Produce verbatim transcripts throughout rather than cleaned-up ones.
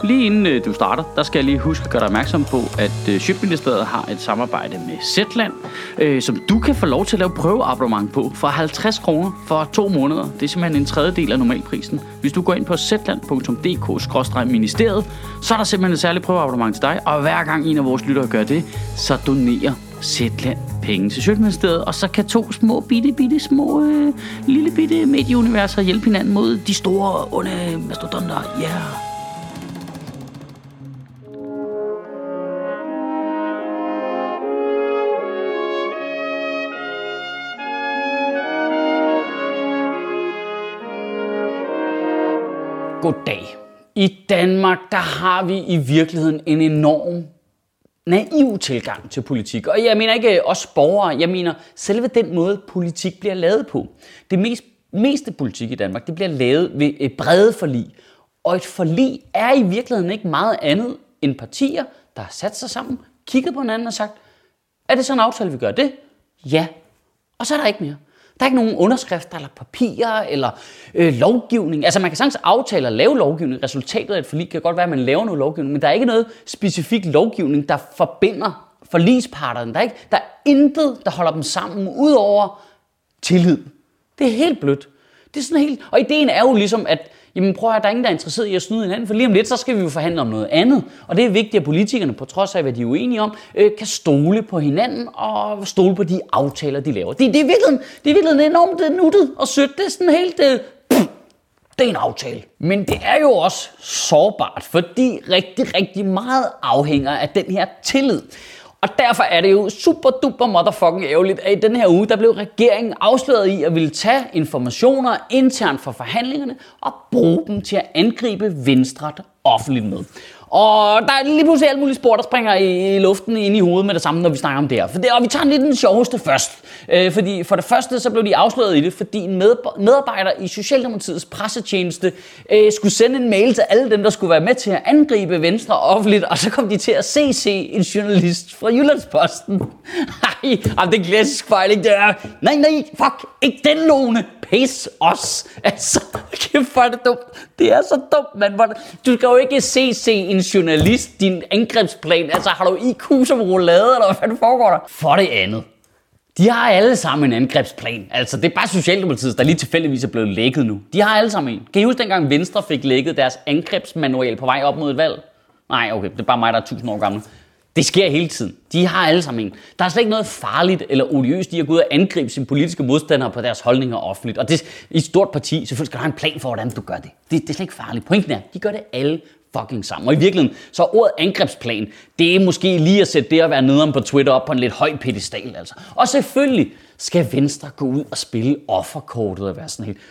lige inden øh, du starter, der skal jeg lige huske at gøre dig opmærksom på, at øh, Sjøtministeriet har et samarbejde med Zetland, øh, som du kan få lov til at lave prøveabonnement på for halvtreds kroner for to måneder. Det er simpelthen en tredjedel af normalprisen. Hvis du går ind på zetland punktum d k skråstreg ministeriet, så er der simpelthen et særligt prøveabonnement til dig, og hver gang en af vores lyttere gør det, så donerer Zetland penge til Sjøtministeriet, og så kan to små, bitte, bitte, små, øh, lille bitte medieuniverser hjælpe hinanden mod de store, onde mastodonter. Ja. Yeah. Goddag. I Danmark, der har vi i virkeligheden en enorm naiv tilgang til politik. Og jeg mener ikke os borgere, jeg mener selve den måde, politik bliver lavet på. Det mest, meste politik i Danmark, det bliver lavet ved et brede forlig. Og et forlig er i virkeligheden ikke meget andet end partier, der har sat sig sammen, kigget på hinanden og sagt, er det sådan en aftale, vi gør det? Ja. Og så er der ikke mere. Der er ikke nogen underskrifter eller papirer eller øh, lovgivning. Altså man kan sagtens aftale at lave lovgivning. Resultatet af et forlig kan godt være, at man laver noget lovgivning, men der er ikke noget specifik lovgivning, der forbinder forligsparterne. Der er, ikke, der er intet, der holder dem sammen, udover tillid. Det er helt blødt. Det er sådan helt... Og ideen er jo ligesom, at jamen prøv at høre, der er ingen, der er interesseret i at snyde hinanden, for lige om lidt, så skal vi jo forhandle om noget andet. Og det er vigtigt, at politikerne, på trods af, hvad de er uenige om, øh, kan stole på hinanden og stole på de aftaler, de laver. Det, det, er, virkelig, det er virkelig enormt nuttet og sødt. Det er sådan helt... Øh, pff, det er en aftale. Men det er jo også sårbart, fordi rigtig, rigtig meget afhænger af den her tillid. Og derfor er det jo super duper motherfucking ærgerligt, at i den her uge, der blev regeringen afsløret i at ville tage informationer internt fra forhandlingerne og bruge dem til at angribe Venstre offentligt med. Og der er lige pludselig alt muligt spor, der springer i luften ind i hovedet med det samme, når vi snakker om det her. For det, og vi tager lidt den sjoveste først. Øh, fordi for det første, så blev de afsløret i det, fordi en medarbejder i Socialdemokratiets pressetjeneste øh, skulle sende en mail til alle dem, der skulle være med til at angribe Venstre offentligt, og så kom de til at C C en journalist fra Jyllandsposten. Ej, det er klassisk fejl, ikke? Det er, nej, nej, fuck, ikke den Lone. Pis os. Altså, kæft for det dumt. Det er så dumt, mand. Du skal jo ikke C C en journalist, din angrebsplan. Altså, har du I Q som roulade, eller hvad fanden foregår der? For det andet. De har alle sammen en angrebsplan. Altså, det er bare Socialdemokratiet, der lige tilfældigvis er blevet lækket nu. De har alle sammen en. Kan I huske dengang Venstre fik lækket deres angrebsmanual på vej op mod et valg? Nej, okay, det er bare mig, der er tusind år gammel. Det sker hele tiden. De har alle sammen en. Der er slet ikke noget farligt eller odiøst i at gå ud og angribe sine politiske modstandere på deres holdninger offentligt. Og det i et stort parti, selvfølgelig skal du have en plan for, hvordan du gør det. Det, det er slet ikke farligt. Pointen er, de gør det alle fucking sammen. Og i virkeligheden, så ordet angrebsplan, det er måske lige at sætte det at være nederen på Twitter op på en lidt høj pedestal, altså. Og selvfølgelig skal Venstre gå ud og spille offerkortet og være sådan helt...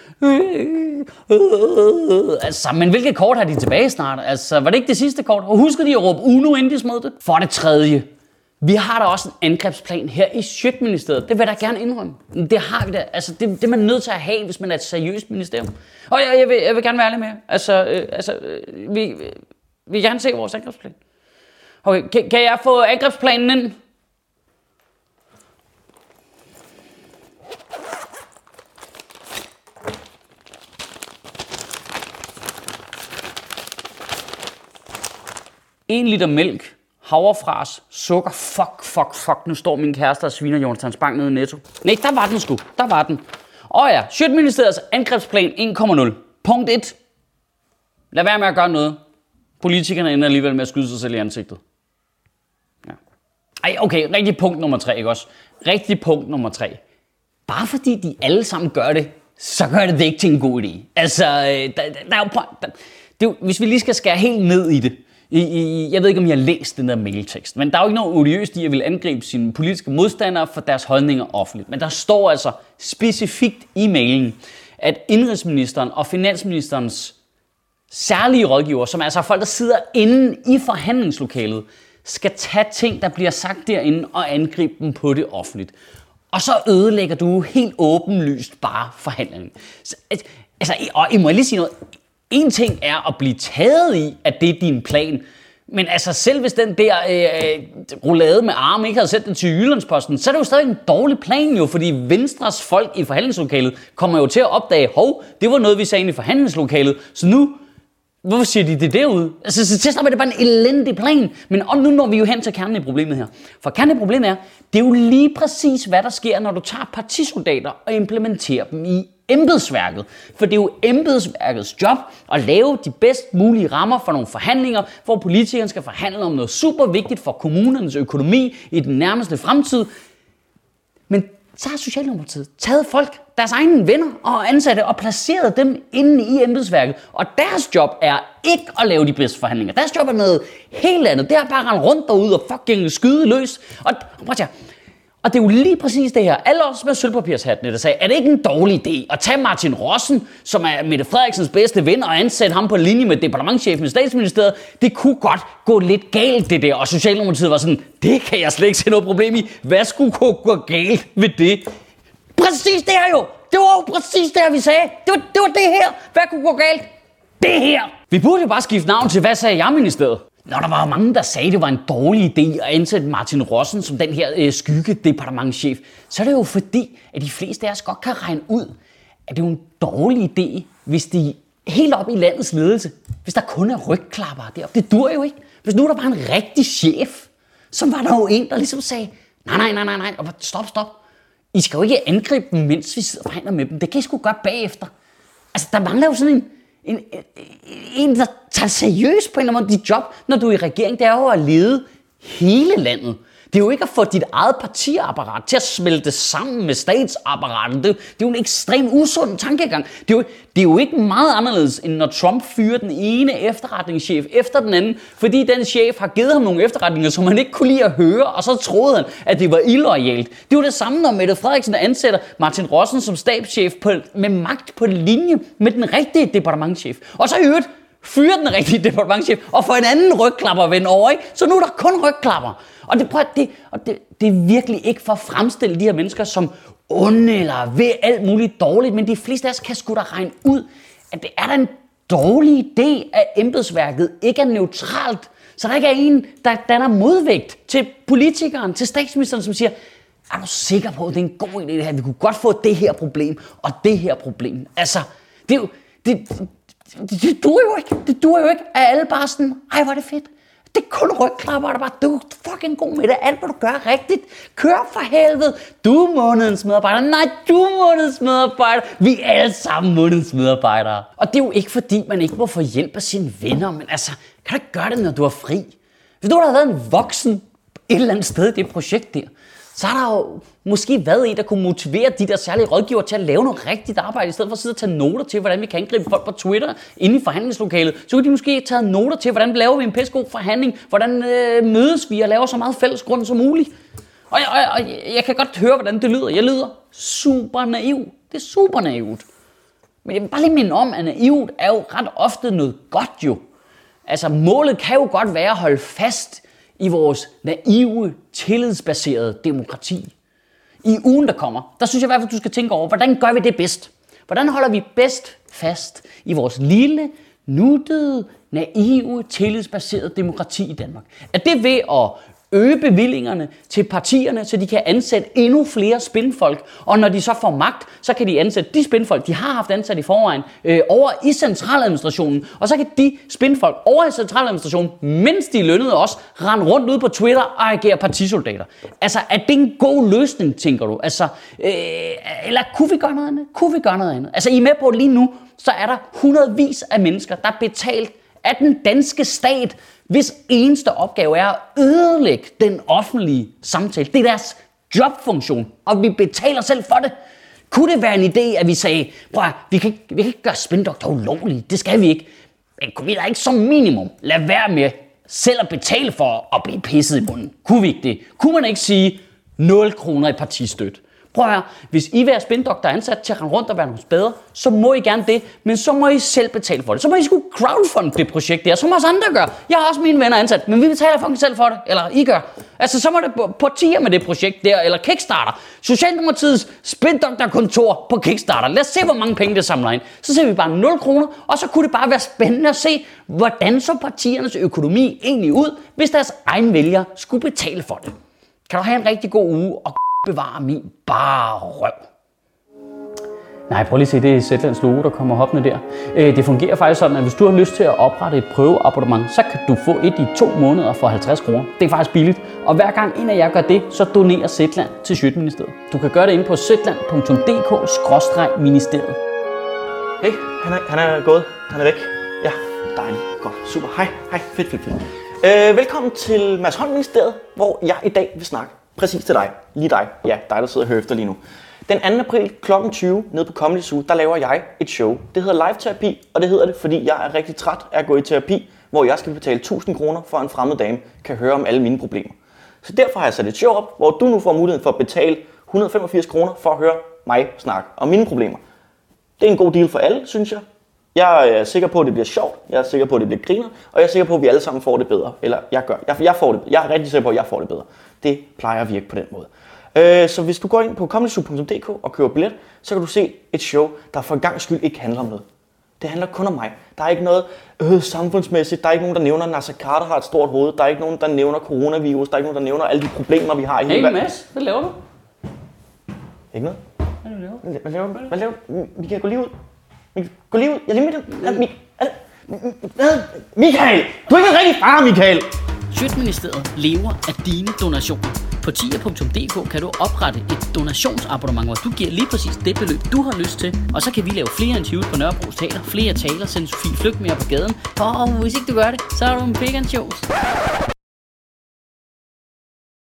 Altså, men hvilke kort har de tilbage snart? Altså, var det ikke det sidste kort? Og husker de at råbe Uno, inden de smed det? For det tredje, vi har da også en angrebsplan her i Sjøtministeriet. Det vil jeg da gerne indrømme. Det har vi da. Altså, det, det er man nødt til at have, hvis man er et seriøst ministerium. Og jeg, jeg, vil, jeg vil gerne være ærlig med. Altså, øh, altså øh, vi, vi vil gerne se vores angrebsplan. Okay, kan, kan jeg få angrebsplanen ind? En liter mælk, havrefras, sukker, fuck, fuck, fuck, nu står min kæreste og sviner Jonathan Spang nede i Netto. Nej, der var den sgu, der var den. Åh ja, Sjøtministeriets angrebsplan en komma nul. Punkt et. Lad være med at gøre noget. Politikerne ender alligevel med at skyde sig selv i ansigtet. Ja. Ej, okay, rigtig punkt nummer tre, ikke også? Rigtig punkt nummer tre. Bare fordi de alle sammen gør det, så gør det det ikke til en god idé. Altså, der, der, der er jo... Der, det er jo, hvis vi lige skal skære helt ned i det. I, i, jeg ved ikke, om jeg har læst den der mailtekst, men der er jo ikke noget odiøst i at ville angribe sine politiske modstandere for deres holdninger offentligt. Men der står altså specifikt i mailen, at indrigsministeren og finansministerens særlige rådgiver, som altså er folk, der sidder inde i forhandlingslokalet, skal tage ting, der bliver sagt derinde, og angribe dem på det offentligt. Og så ødelægger du helt åbenlyst bare forhandlingen. Altså, og I må lige sige noget. En ting er at blive taget i, at det er din plan. Men altså selv hvis den der øh, roulade med arm ikke havde sendt den til Jyllandsposten, så er det jo stadig en dårlig plan jo, fordi Venstres folk i forhandlingslokalet kommer jo til at opdage, hov, det var noget, vi sagde i forhandlingslokalet, så nu Hvorfor siger de det derude? Altså, så til at starte med, det er bare en elendig plan. Men og nu når vi jo hen til kernen i problemet her. For kernen i problemet er, det er jo lige præcis, hvad der sker, når du tager partisoldater og implementerer dem i embedsværket. For det er jo embedsværkets job at lave de bedst mulige rammer for nogle forhandlinger, hvor politikerne skal forhandle om noget super vigtigt for kommunernes økonomi i den nærmeste fremtid. Men så har Socialdemokratiet taget folk, deres egne venner og ansatte, og placeret dem inde i embedsværket. Og deres job er ikke at lave de bedste forhandlinger. Deres job er noget helt andet. Det er bare at rende rundt derude og fucking skyde løs. Og, og, og det er jo lige præcis det her. Alle os med sølvpapirshattene, der sagde, er det ikke en dårlig idé at tage Martin Rossen, som er Mette Frederiksens bedste ven, og ansætte ham på linje med departementschefen i Statsministeriet? Det kunne godt gå lidt galt, det der. Og Socialdemokratiet var sådan, det kan jeg slet ikke se noget problem i. Hvad skulle kunne gå galt ved det? Præcis det her jo! Det var jo præcis det her, vi sagde. Det var, det var det her. Hvad kunne gå galt? Det her! Vi burde jo bare skifte navn til, hvad sagde jeg, ministeriet? Når der var mange, der sagde, det var en dårlig idé at ansætte Martin Rossen som den her øh, skyggedepartementschef, så er det jo fordi, at de fleste af os godt kan regne ud, at det er jo en dårlig idé, hvis de helt op i landets ledelse, hvis der kun er rygklappere deroppe. Det dur jo ikke. Hvis nu der var en rigtig chef, så var der jo en, der ligesom sagde, nej, nej, nej, nej, nej, stop, stop. I skal jo ikke angribe dem, mens vi sidder og forhandler med dem. Det kan I sgu gøre bagefter. Altså, der mangler jo sådan en, en, en der tager seriøst på en eller anden måde dit job, når du er i regering. Det er jo at lede hele landet. Det er jo ikke at få dit eget partiapparat til at smelte sammen med statsapparaten. Det, det er jo en ekstremt usund tankegang. Det er, jo, det er jo ikke meget anderledes, end når Trump fyrer den ene efterretningschef efter den anden, fordi den chef har givet ham nogle efterretninger, som han ikke kunne lide at høre, og så troede han, at det var illoyalt. Det er jo det samme, når Mette Frederiksen ansætter Martin Rossen som stabschef på, med magt på linje med den rigtige departementschef. Og så i øvrigt fyre den rigtige departementschef og få en anden rygklapperven over, ikke? Så nu er der kun rygklapper. Og det, prøv, det, og det, det er virkelig ikke for at fremstille de her mennesker som onde eller ved alt muligt dårligt, men de fleste af os kan sgu da regne ud, at det er da en dårlig idé, at embedsværket ikke er neutralt, så der ikke er en, der danner modvægt til politikeren, til statsministeren, som siger, er du sikker på, at det er en god idé det her? Vi kunne godt få det her problem og det her problem. Altså, det er jo... Det, Det, det duer jo ikke. Det duer jo ikke, at alle bare sådan, ej, hvor er det fedt. Det er kun rygklapper, der bare, du er fucking god med det. Alt, hvad du gør rigtigt. Kør for helvede. Du er månedens medarbejder. Nej, du er månedens medarbejder. Vi er alle sammen månedens medarbejdere. Og det er jo ikke, fordi man ikke må få hjælp af sine venner, men altså, kan du ikke gøre det, når du er fri? Hvis du havde været en voksen et eller andet sted i det projekt der, så har der jo måske været en, der kunne motivere de der særlige rådgiver til at lave noget rigtigt arbejde, i stedet for at sidde og tage noter til, hvordan vi kan angribe folk på Twitter inde i forhandlingslokalet. Så kunne de måske tage noter til, hvordan laver vi en pissegod forhandling, hvordan øh, mødes vi og laver så meget fælles grund som muligt. Og, og, og jeg kan godt høre, hvordan det lyder. Jeg lyder super naiv. Det er super naivt. Men jeg vil bare lige minde om, at naivt er jo ret ofte noget godt jo. Altså målet kan jo godt være at holde fast i vores naive, tillidsbaserede demokrati. I ugen, der kommer, der synes jeg i hvert fald, du skal tænke over, hvordan gør vi det bedst? Hvordan holder vi bedst fast i vores lille, nuttede, naive, tillidsbaserede demokrati i Danmark? Er det ved at øge bevillingerne til partierne, så de kan ansætte endnu flere spindfolk, og når de så får magt, så kan de ansætte de spindfolk, de har haft ansat i forvejen, øh, over i centraladministrationen, og så kan de spindfolk over i centraladministrationen, mens de lønnede også, rende rundt ude på Twitter og agere partisoldater. Altså, er det en god løsning, tænker du? Altså, øh, eller kunne vi gøre noget andet? Kunne vi gøre noget andet? Altså, I er med på lige nu, så er der hundredvis af mennesker, der er betalt af den danske stat, hvis eneste opgave er at ødelægge den offentlige samtale. Det er deres jobfunktion, og vi betaler selv for det. Kunne det være en idé, at vi sagde, prøv at, vi kan ikke, vi kan ikke gøre spindoktor ulovlige, det skal vi ikke. Men kunne vi da ikke som minimum lade være med selv at betale for at blive pisset i munden? Kunne vi ikke det? Kunne man ikke sige nul kroner i partistøtte? Prøv at høre, hvis I vil have spindoktor ansat til at rende rundt og være nogle bedre, så må I gerne det, men så må I selv betale for det. Så må I sgu crowdfund det projekt der, som også andre gør. Jeg har også mine venner ansat, men vi betaler fucking selv for det, eller I gør. Altså, så må det på tier med det projekt der, eller Kickstarter. Socialdemokratiets spindoktorkontor på Kickstarter. Lad os se, hvor mange penge det samler ind. Så ser vi bare nul kroner, og så kunne det bare være spændende at se, hvordan så partiernes økonomi egentlig ud, hvis deres egen vælger skulle betale for det. Kan du have en rigtig god uge, og bevare min bare røv. Nej, prøv lige at se, det er Zetlands logo, der kommer hoppende der. Det fungerer faktisk sådan, at hvis du har lyst til at oprette et prøveabonnement, så kan du få et i to måneder for halvtreds kroner. Det er faktisk billigt. Og hver gang en af jer gør det, så donerer Zetland til Sjøtministeriet. Du kan gøre det inde på zetland punktum d k skråstreg ministeriet. Hey, han er, han er gået. Han er væk. Ja, dejligt. Godt. Super. Hej. Hej. Fedt, fedt, fedt. Øh, velkommen til Mads Holm Ministeriet, hvor jeg i dag vil snakke præcis til dig. Lige dig. Ja, dig, der sidder og hører efter lige nu. Den anden april klokken tyve nede på Comedy Zoo, der laver jeg et show. Det hedder Live Terapi, og det hedder det, fordi jeg er rigtig træt af at gå i terapi, hvor jeg skal betale tusind kroner for en fremmed dame kan høre om alle mine problemer. Så derfor har jeg sat et show op, hvor du nu får muligheden for at betale et hundrede og femogfirs kroner for at høre mig snakke om mine problemer. Det er en god deal for alle, synes jeg. Jeg er sikker på, at det bliver sjovt. Jeg er sikker på, at det bliver griner. Og jeg er sikker på, at vi alle sammen får det bedre. Eller jeg gør. Jeg, jeg, får det. Jeg er rigtig sikker på, at jeg får det bedre. Det plejer at virke på den måde. Øh, så hvis du går ind på comedy zoo punktum d k og køber billet, så kan du se et show, der for en gang skyld ikke handler om noget. Det handler kun om mig. Der er ikke noget øh, samfundsmæssigt. Der er ikke nogen, der nævner, at Nasser Carter har et stort hoved. Der er ikke nogen, der nævner coronavirus. Der er ikke nogen, der nævner alle de problemer, vi har i hele verden. Hey Mads, hvad laver du? Ikke noget? Hvad laver du? Hvad laver du? Hvad laver du? Michael, gå lige ud. Gå lige ud. Jeg er lige med dig. Michael! Du er ikke en rigtig far, Michael! Sjøtministeriet lever af dine donationer. På tier punktum d k kan du oprette et donationsabonnement, hvor du giver lige præcis det beløb, du har lyst til. Og så kan vi lave flere interviews på Nørrebros Teater, flere taler, sende Sofie Flygt mere på gaden. Og hvis ikke du gør det, så er du en big and shows.